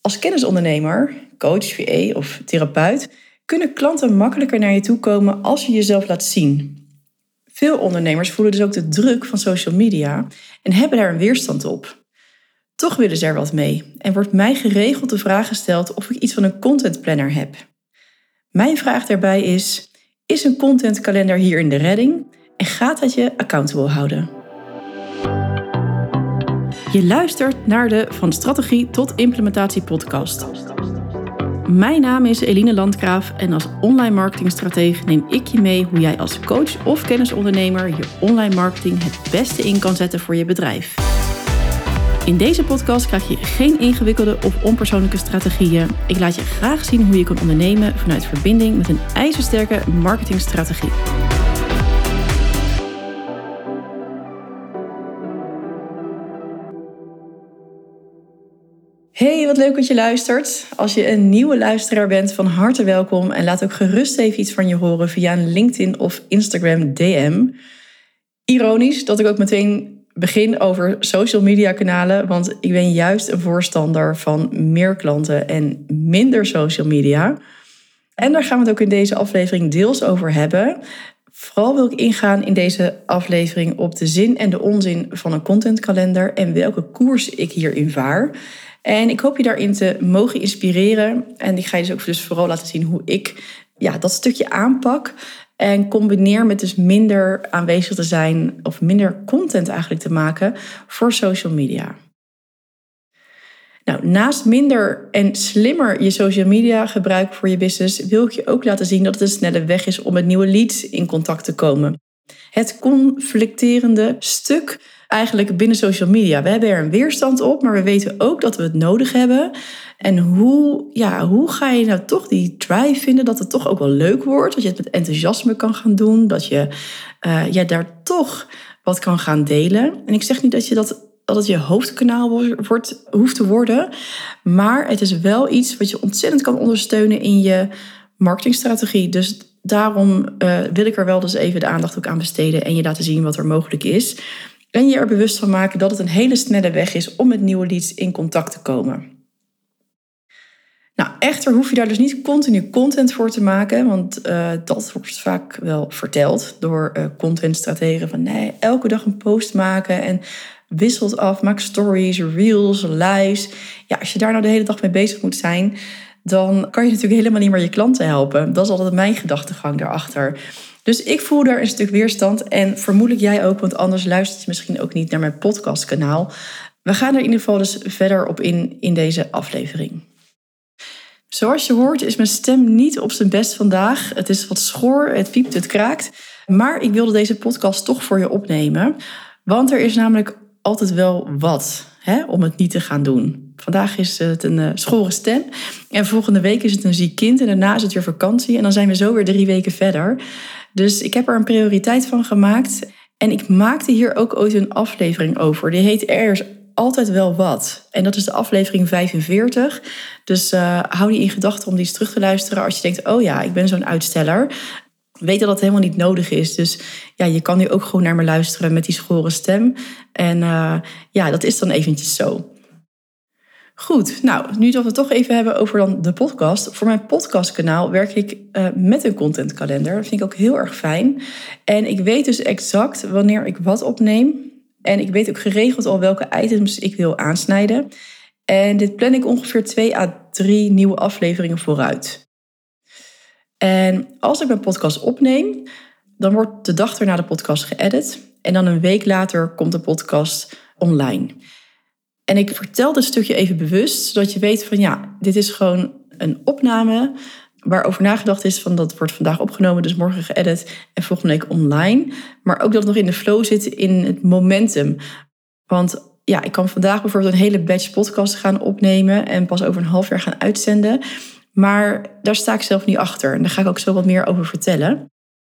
Als kennisondernemer, coach, VA of therapeut kunnen klanten makkelijker naar je toe komen als je jezelf laat zien. Veel ondernemers voelen dus ook de druk van social media en hebben daar een weerstand op. Toch willen ze er wat mee en wordt mij geregeld de vraag gesteld of ik iets van een contentplanner heb. Mijn vraag daarbij is een contentkalender hierin de redding en gaat dat je accountable houden? Je luistert naar de Van Strategie tot Implementatie podcast. Mijn naam is Eline Landgraaf en als online marketingstratege neem ik je mee hoe jij als coach of kennisondernemer je online marketing het beste in kan zetten voor je bedrijf. In deze podcast krijg je geen ingewikkelde of onpersoonlijke strategieën. Ik laat je graag zien hoe je kan ondernemen vanuit verbinding met een ijzersterke marketingstrategie. Hey, wat leuk dat je luistert. Als je een nieuwe luisteraar bent, van harte welkom. En laat ook gerust even iets van je horen via een LinkedIn of Instagram DM. Ironisch dat ik ook meteen begin over social media kanalen. Want ik ben juist een voorstander van meer klanten en minder social media. En daar gaan we het ook in deze aflevering deels over hebben. Vooral wil ik ingaan in deze aflevering op de zin en de onzin van een contentkalender en welke koers ik hierin vaar. En ik hoop je daarin te mogen inspireren. En ik ga je dus ook vooral laten zien hoe ik dat stukje aanpak. En combineer met dus minder aanwezig te zijn of minder content eigenlijk te maken voor social media. Nou, naast minder en slimmer je social media gebruiken voor je business, wil ik je ook laten zien dat het een snelle weg is om met nieuwe leads in contact te komen. Het conflicterende stuk eigenlijk binnen social media. We hebben er een weerstand op, maar we weten ook dat we het nodig hebben. En hoe ga je nou toch die drive vinden dat het toch ook wel leuk wordt? Dat je het met enthousiasme kan gaan doen. Dat je daar toch wat kan gaan delen. En ik zeg niet dat het je hoofdkanaal hoeft te worden. Maar het is wel iets wat je ontzettend kan ondersteunen in je marketingstrategie. Dus daarom wil ik er wel dus even de aandacht ook aan besteden en je laten zien wat er mogelijk is. En je er bewust van maken dat het een hele snelle weg is om met nieuwe leads in contact te komen. Nou, echter hoef je daar dus niet continu content voor te maken. Want dat wordt vaak wel verteld door contentstrategen. Van nee, elke dag een post maken en wisselt af, maak stories, reels, lives. Ja, als je daar nou de hele dag mee bezig moet zijn, dan kan je natuurlijk helemaal niet meer je klanten helpen. Dat is altijd mijn gedachtegang daarachter. Dus ik voel daar een stuk weerstand en vermoedelijk jij ook, want anders luister je misschien ook niet naar mijn podcastkanaal. We gaan er in ieder geval dus verder op in deze aflevering. Zoals je hoort is mijn stem niet op zijn best vandaag. Het is wat schor, het piept, het kraakt. Maar ik wilde deze podcast toch voor je opnemen. Want er is namelijk altijd wel wat om het niet te gaan doen. Vandaag is het een schorre stem. En volgende week is het een ziek kind. En daarna is het weer vakantie. En dan zijn we zo weer 3 weken verder. Dus ik heb er een prioriteit van gemaakt. En ik maakte hier ook ooit een aflevering over. Die heet Er is altijd wel wat. En dat is de aflevering 45. Dus hou die in gedachten om die eens terug te luisteren. Als je denkt, oh ja, ik ben zo'n uitsteller. Weet dat helemaal niet nodig is. Dus ja, je kan nu ook gewoon naar me luisteren met die schorre stem. En dat is dan eventjes zo. Goed, nou, nu dat we het toch even hebben over dan de podcast. Voor mijn podcastkanaal werk ik met een contentkalender. Dat vind ik ook heel erg fijn. En ik weet dus exact wanneer ik wat opneem. En ik weet ook geregeld al welke items ik wil aansnijden. En dit plan ik ongeveer 2 à 3 nieuwe afleveringen vooruit. En als ik mijn podcast opneem, dan wordt de dag erna de podcast geëdit. En dan een week later komt de podcast online. En ik vertel dit stukje even bewust, zodat je weet van dit is gewoon een opname waarover nagedacht is van dat wordt vandaag opgenomen, dus morgen geëdit en volgende week online. Maar ook dat het nog in de flow zit in het momentum. Want ik kan vandaag bijvoorbeeld een hele batch podcast gaan opnemen en pas over een half jaar gaan uitzenden. Maar daar sta ik zelf niet achter. En daar ga ik ook zo wat meer over vertellen.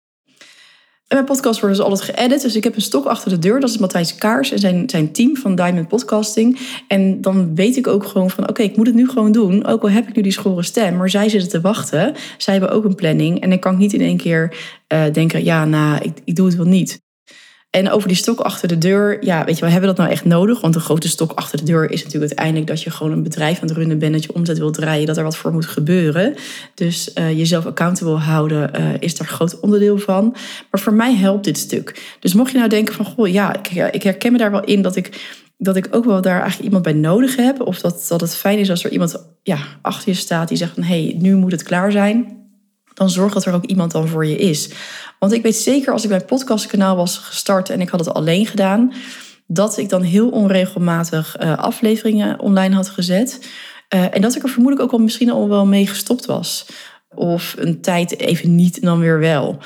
En mijn podcast wordt dus altijd geëdit. Dus ik heb een stok achter de deur. Dat is Matthijs Kaars en zijn team van Diamond Podcasting. En dan weet ik ook gewoon van oké, ik moet het nu gewoon doen. Ook al heb ik nu die schorre stem. Maar zij zitten te wachten. Zij hebben ook een planning. En dan kan ik niet in één keer denken, ik doe het wel niet. En over die stok achter de deur, ja, weet je, we hebben dat nou echt nodig? Want een grote stok achter de deur is natuurlijk uiteindelijk dat je gewoon een bedrijf aan het runnen bent, dat je omzet wil draaien, dat er wat voor moet gebeuren. Dus jezelf accountable houden is daar een groot onderdeel van. Maar voor mij helpt dit stuk. Dus mocht je nou denken van, goh, ja, ik herken me daar wel in dat ik ook wel daar eigenlijk iemand bij nodig heb. Of dat het fijn is als er iemand achter je staat die zegt van, hey, nu moet het klaar zijn. Dan zorg dat er ook iemand dan voor je is. Want ik weet zeker, als ik mijn podcastkanaal was gestart en ik had het alleen gedaan, dat ik dan heel onregelmatig afleveringen online had gezet. En dat ik er vermoedelijk ook al misschien al wel mee gestopt was. Of een tijd even niet en dan weer wel.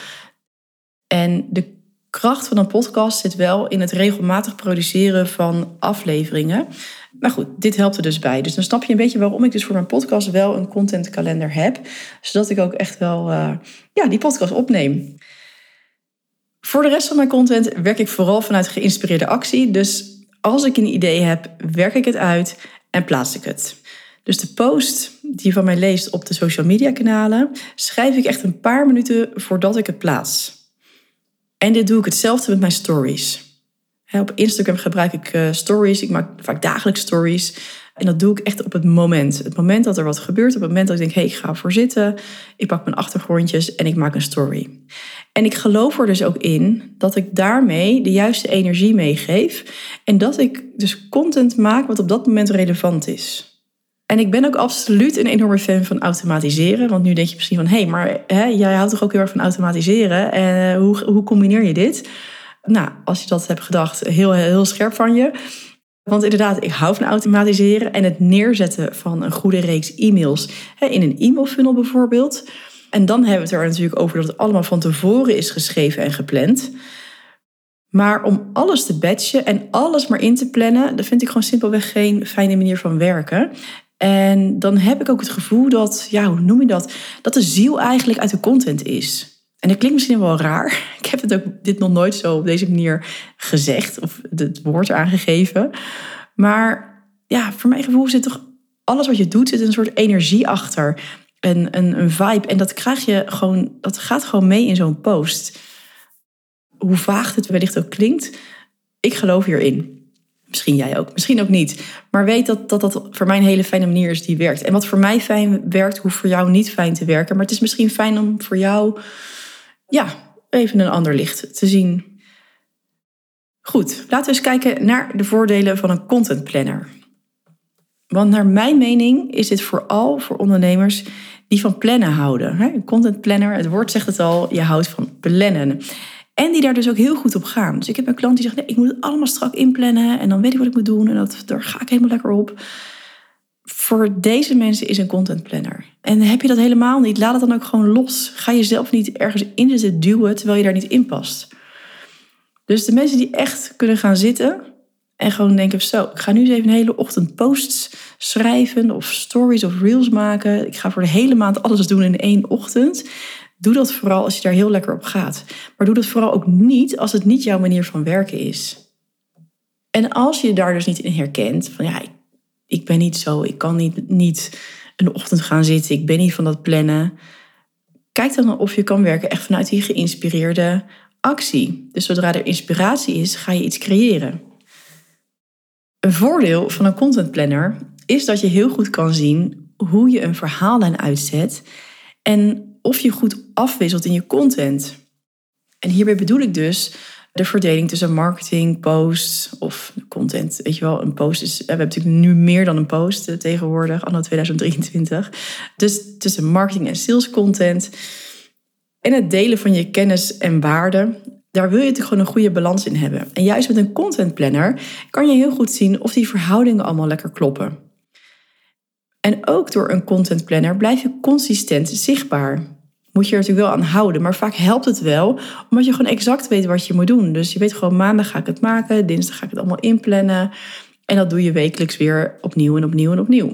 En de kracht van een podcast zit wel in het regelmatig produceren van afleveringen. Maar goed, dit helpt er dus bij. Dus dan snap je een beetje waarom ik dus voor mijn podcast wel een contentkalender heb. Zodat ik ook echt wel die podcast opneem. Voor de rest van mijn content werk ik vooral vanuit geïnspireerde actie. Dus als ik een idee heb, werk ik het uit en plaats ik het. Dus de post die je van mij leest op de social media kanalen, schrijf ik echt een paar minuten voordat ik het plaats. En dit doe ik hetzelfde met mijn stories. Op Instagram gebruik ik stories. Ik maak vaak dagelijks stories. En dat doe ik echt op het moment. Het moment dat er wat gebeurt. Op het moment dat ik denk, hey, ik ga ervoor zitten. Ik pak mijn achtergrondjes en ik maak een story. En ik geloof er dus ook in dat ik daarmee de juiste energie meegeef. En dat ik dus content maak wat op dat moment relevant is. En ik ben ook absoluut een enorme fan van automatiseren. Want nu denk je misschien van, hé, maar jij houdt toch ook heel erg van automatiseren? Hoe combineer je dit? Nou, als je dat hebt gedacht, heel, heel scherp van je. Want inderdaad, ik hou van automatiseren en het neerzetten van een goede reeks e-mails. In een e-mailfunnel bijvoorbeeld. En dan hebben we het er natuurlijk over dat het allemaal van tevoren is geschreven en gepland. Maar om alles te batchen en alles maar in te plannen, dat vind ik gewoon simpelweg geen fijne manier van werken. En dan heb ik ook het gevoel dat, hoe noem je dat? Dat de ziel eigenlijk uit de content is. En dat klinkt misschien wel raar. Ik heb dit nog nooit zo op deze manier gezegd of het woord eraan gegeven. Maar voor mijn gevoel zit toch alles wat je doet, zit een soort energie achter. Een vibe. En dat krijg je gewoon, dat gaat gewoon mee in zo'n post. Hoe vaag het wellicht ook klinkt, ik geloof hierin. Misschien jij ook, misschien ook niet. Maar weet dat voor mij een hele fijne manier is die werkt. En wat voor mij fijn werkt, hoeft voor jou niet fijn te werken. Maar het is misschien fijn om voor jou even een ander licht te zien. Goed, laten we eens kijken naar de voordelen van een content planner. Want naar mijn mening is dit vooral voor ondernemers die van plannen houden. Een content planner, het woord zegt het al, je houdt van plannen. En die daar dus ook heel goed op gaan. Dus ik heb een klant die zegt, nee, ik moet het allemaal strak inplannen. En dan weet ik wat ik moet doen. En daar ga ik helemaal lekker op. Voor deze mensen is een content planner. En heb je dat helemaal niet, laat het dan ook gewoon los. Ga jezelf niet ergens in zitten duwen terwijl je daar niet in past. Dus de mensen die echt kunnen gaan zitten en gewoon denken, zo, ik ga nu eens even een hele ochtend posts schrijven of stories of reels maken. Ik ga voor de hele maand alles doen in 1 ochtend. Doe dat vooral als je daar heel lekker op gaat. Maar doe dat vooral ook niet als het niet jouw manier van werken is. En als je daar dus niet in herkent, van ik ben niet zo, ik kan niet een ochtend gaan zitten, ik ben niet van dat plannen. Kijk dan of je kan werken echt vanuit die geïnspireerde actie. Dus zodra er inspiratie is, ga je iets creëren. Een voordeel van een content planner is dat je heel goed kan zien hoe je een verhaallijn uitzet en of je goed afwisselt in je content. En hierbij bedoel ik dus de verdeling tussen marketing, posts of content. Weet je wel, een post is, we hebben natuurlijk nu meer dan een post tegenwoordig, anno 2023. Dus tussen marketing en sales content en het delen van je kennis en waarden, daar wil je natuurlijk gewoon een goede balans in hebben. En juist met een content planner kan je heel goed zien of die verhoudingen allemaal lekker kloppen. En ook door een content planner blijf je consistent zichtbaar. Moet je er natuurlijk wel aan houden, maar vaak helpt het wel, omdat je gewoon exact weet wat je moet doen. Dus je weet gewoon, maandag ga ik het maken, dinsdag ga ik het allemaal inplannen. En dat doe je wekelijks weer opnieuw en opnieuw en opnieuw.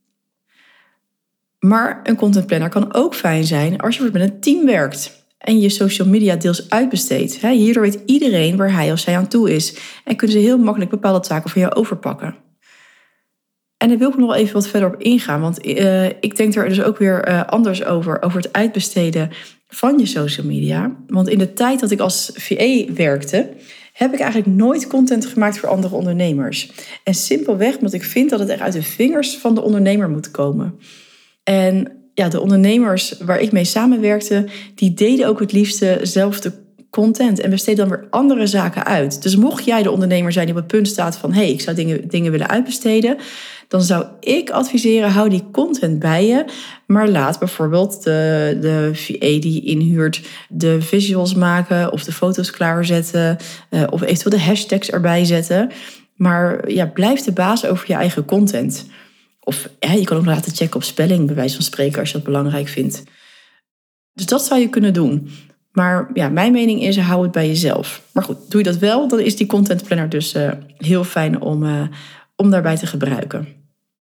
Maar een content planner kan ook fijn zijn als je met een team werkt en je social media deels uitbesteedt. Hierdoor weet iedereen waar hij of zij aan toe is en kunnen ze heel makkelijk bepaalde taken van jou overpakken. En daar wil ik nog wel even wat verder op ingaan, want ik denk er dus ook weer anders over het uitbesteden van je social media. Want in de tijd dat ik als VA werkte heb ik eigenlijk nooit content gemaakt voor andere ondernemers. En simpelweg omdat ik vind dat het echt uit de vingers van de ondernemer moet komen. En ja, de ondernemers waar ik mee samenwerkte, die deden ook het liefste zelf de content en besteden dan weer andere zaken uit. Dus mocht jij de ondernemer zijn die op het punt staat van ik zou dingen willen uitbesteden, dan zou ik adviseren, hou die content bij je, maar laat bijvoorbeeld de VA die je inhuurt de visuals maken of de foto's klaarzetten of eventueel de hashtags erbij zetten. Maar ja, blijf de baas over je eigen content. Of je kan ook laten checken op spelling, bij wijze van spreken, als je dat belangrijk vindt. Dus dat zou je kunnen doen. Maar ja, mijn mening is, hou het bij jezelf. Maar goed, doe je dat wel, dan is die content planner dus heel fijn om daarbij te gebruiken.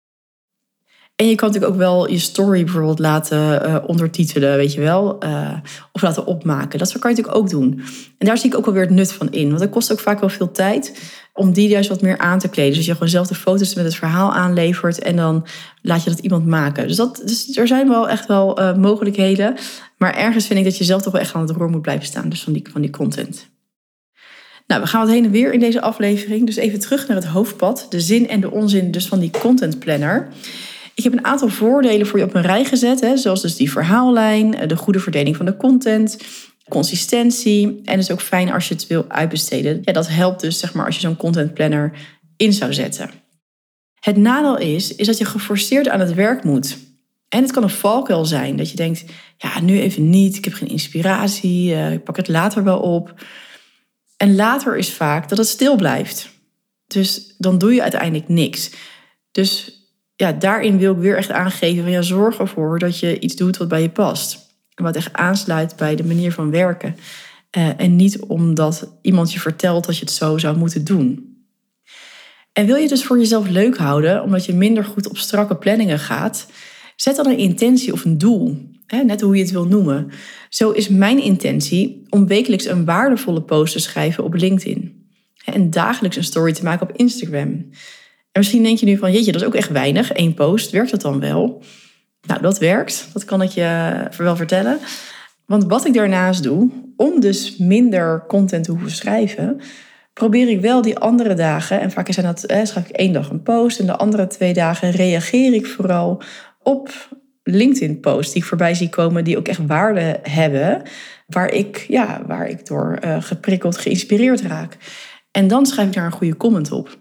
En je kan natuurlijk ook wel je story bijvoorbeeld laten ondertitelen, weet je wel. Of laten opmaken. Dat kan je natuurlijk ook doen. En daar zie ik ook wel weer het nut van in. Want het kost ook vaak wel veel tijd om die juist wat meer aan te kleden. Dus je gewoon zelf de foto's met het verhaal aanlevert en dan laat je dat iemand maken. Dus er zijn wel echt wel mogelijkheden. Maar ergens vind ik dat je zelf toch wel echt aan het roer moet blijven staan. Dus van die content. Nou, we gaan wat heen en weer in deze aflevering. Dus even terug naar het hoofdpad. De zin en de onzin dus van die content planner. Ik heb een aantal voordelen voor je op een rij gezet. Zoals dus die verhaallijn, de goede verdeling van de content, consistentie. En het is ook fijn als je het wil uitbesteden. Ja, dat helpt dus zeg maar als je zo'n content planner in zou zetten. Het nadeel is dat je geforceerd aan het werk moet. En het kan een valkuil zijn. Dat je denkt, ja, nu even niet. Ik heb geen inspiratie. Ik pak het later wel op. En later is vaak dat het stil blijft. Dus dan doe je uiteindelijk niks. Dus ja, daarin wil ik weer echt aangeven van zorg ervoor dat je iets doet wat bij je past. En wat echt aansluit bij de manier van werken. En niet omdat iemand je vertelt dat je het zo zou moeten doen. En wil je het dus voor jezelf leuk houden, omdat je minder goed op strakke planningen gaat, zet dan een intentie of een doel. Net hoe je het wil noemen. Zo is mijn intentie om wekelijks een waardevolle post te schrijven op LinkedIn. En dagelijks een story te maken op Instagram. En misschien denk je nu van, jeetje, dat is ook echt weinig. 1 post, werkt dat dan wel? Nou, dat werkt. Dat kan ik je wel vertellen. Want wat ik daarnaast doe, om dus minder content te hoeven schrijven, probeer ik wel die andere dagen, en vaak schrijf ik 1 dag een post en de andere 2 dagen reageer ik vooral op LinkedIn-posts die ik voorbij zie komen, die ook echt waarde hebben, waar ik door geprikkeld, geïnspireerd raak. En dan schrijf ik daar een goede comment op.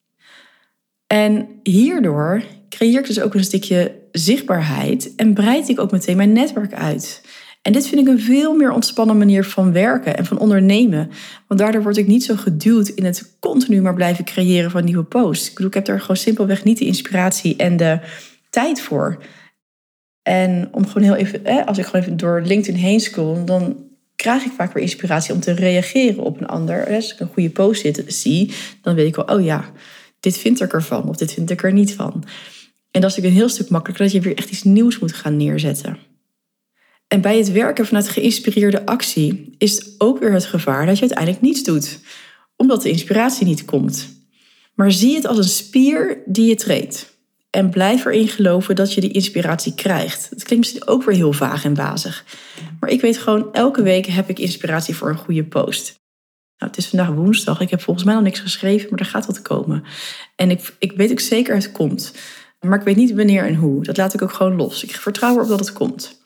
En hierdoor creëer ik dus ook een stukje zichtbaarheid en breid ik ook meteen mijn netwerk uit. En dit vind ik een veel meer ontspannen manier van werken en van ondernemen. Want daardoor word ik niet zo geduwd in het continu maar blijven creëren van nieuwe posts. Ik heb daar gewoon simpelweg niet de inspiratie en de tijd voor. En om gewoon heel even, als ik gewoon even door LinkedIn heen scroll, dan krijg ik vaak weer inspiratie om te reageren op een ander. Als ik een goede post zie, dan weet ik wel, oh ja, dit vind ik ervan of dit vind ik er niet van. En dat is natuurlijk een heel stuk makkelijker dat je weer echt iets nieuws moet gaan neerzetten. En bij het werken vanuit geïnspireerde actie is ook weer het gevaar dat je uiteindelijk niets doet, omdat de inspiratie niet komt. Maar zie het als een spier die je treedt. En blijf erin geloven dat je die inspiratie krijgt. Het klinkt misschien ook weer heel vaag en wazig. Maar ik weet gewoon, elke week heb ik inspiratie voor een goede post. Nou, het is vandaag woensdag. Ik heb volgens mij nog niks geschreven, maar er gaat wat komen. En ik weet ook zeker het komt. Maar ik weet niet wanneer en hoe. Dat laat ik ook gewoon los. Ik vertrouw erop dat het komt.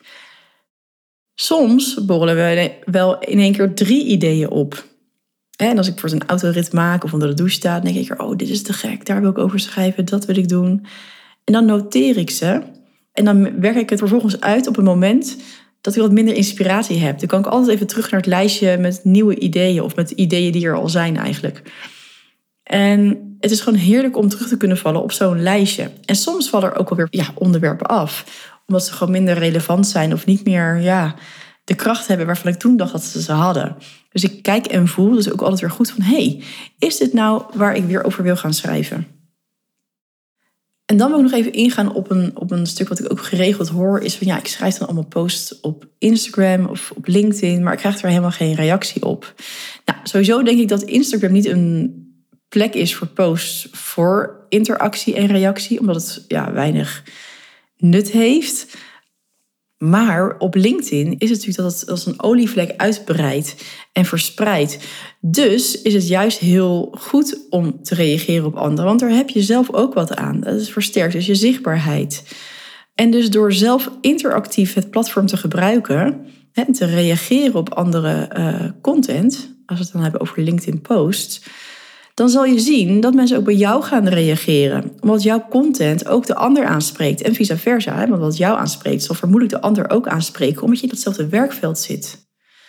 Soms borrelen we wel in één keer 3 ideeën op. En als ik voor een autorit maak of onder de douche sta, dan denk ik, oh, dit is te gek. Daar wil ik over schrijven, dat wil ik doen. En dan noteer ik ze. En dan werk ik het vervolgens uit op een moment dat ik wat minder inspiratie heb. Dan kan ik altijd even terug naar het lijstje met nieuwe ideeën of met ideeën die er al zijn eigenlijk. En het is gewoon heerlijk om terug te kunnen vallen op zo'n lijstje. En soms vallen er ook alweer onderwerpen af. Omdat ze gewoon minder relevant zijn of niet meer de kracht hebben waarvan ik toen dacht dat ze hadden. Dus ik kijk en voel dus ook altijd weer goed van, hey, is dit nou waar ik weer over wil gaan schrijven? En dan wil ik nog even ingaan op een stuk wat ik ook geregeld hoor, is van ik schrijf dan allemaal posts op Instagram of op LinkedIn, maar ik krijg er helemaal geen reactie op. Nou, sowieso denk ik dat Instagram niet een plek is voor posts voor interactie en reactie, omdat het weinig nut heeft. Maar op LinkedIn is het natuurlijk dat het als een olievlek uitbreidt en verspreidt. Dus is het juist heel goed om te reageren op anderen. Want daar heb je zelf ook wat aan. Dat versterkt dus je zichtbaarheid. En dus door zelf interactief het platform te gebruiken en te reageren op andere content, als we het dan hebben over LinkedIn posts, dan zal je zien dat mensen ook bij jou gaan reageren. Omdat jouw content ook de ander aanspreekt en vice versa. Want wat jou aanspreekt zal vermoedelijk de ander ook aanspreken, omdat je in datzelfde werkveld zit.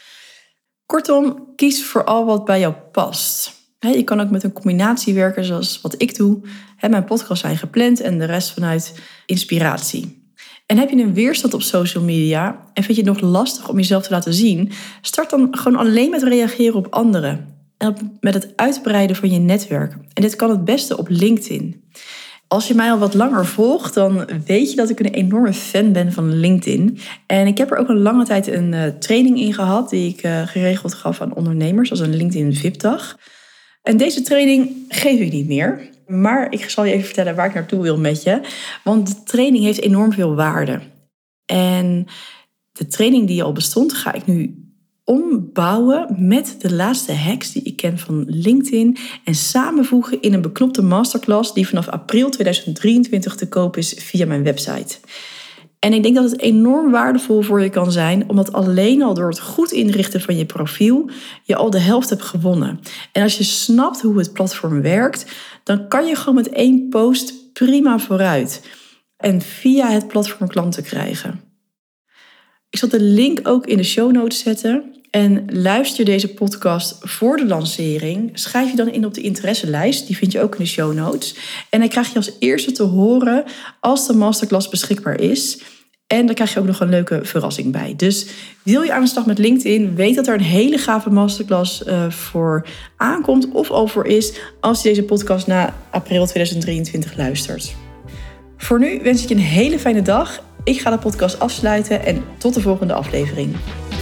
Kortom, kies vooral wat bij jou past. Je kan ook met een combinatie werken zoals wat ik doe. Mijn podcasts zijn gepland en de rest vanuit inspiratie. En heb je een weerstand op social media en vind je het nog lastig om jezelf te laten zien, start dan gewoon alleen met reageren op anderen. En met het uitbreiden van je netwerk. En dit kan het beste op LinkedIn. Als je mij al wat langer volgt, dan weet je dat ik een enorme fan ben van LinkedIn. En ik heb er ook een lange tijd een training in gehad die ik geregeld gaf aan ondernemers, als een LinkedIn VIP-dag. En deze training geef ik niet meer. Maar ik zal je even vertellen waar ik naartoe wil met je. Want de training heeft enorm veel waarde. En de training die al bestond, ga ik nu ombouwen met de laatste hacks die ik ken van LinkedIn en samenvoegen in een beknopte masterclass die vanaf april 2023 te koop is via mijn website. En ik denk dat het enorm waardevol voor je kan zijn, omdat alleen al door het goed inrichten van je profiel je al de helft hebt gewonnen. En als je snapt hoe het platform werkt, dan kan je gewoon met 1 post prima vooruit. En via het platform klanten krijgen. Ik zal de link ook in de show notes zetten. En luister deze podcast voor de lancering. Schrijf je dan in op de interesselijst. Die vind je ook in de show notes. En dan krijg je als eerste te horen als de masterclass beschikbaar is. En dan krijg je ook nog een leuke verrassing bij. Dus wil je aan de slag met LinkedIn, weet dat er een hele gave masterclass voor aankomt of al voor is als je deze podcast na april 2023 luistert. Voor nu wens ik je een hele fijne dag. Ik ga de podcast afsluiten en tot de volgende aflevering.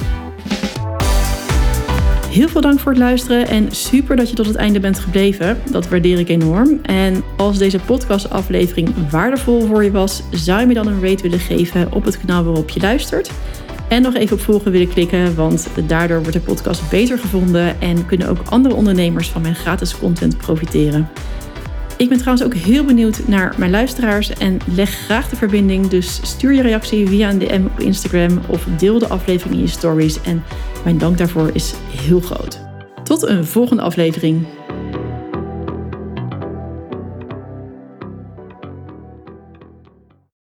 Heel veel dank voor het luisteren en super dat je tot het einde bent gebleven. Dat waardeer ik enorm. En als deze podcastaflevering waardevol voor je was, zou je me dan een rate willen geven op het kanaal waarop je luistert. En nog even op volgen willen klikken, want daardoor wordt de podcast beter gevonden en kunnen ook andere ondernemers van mijn gratis content profiteren. Ik ben trouwens ook heel benieuwd naar mijn luisteraars en leg graag de verbinding. Dus stuur je reactie via een DM op Instagram of deel de aflevering in je stories. En mijn dank daarvoor is heel groot. Tot een volgende aflevering.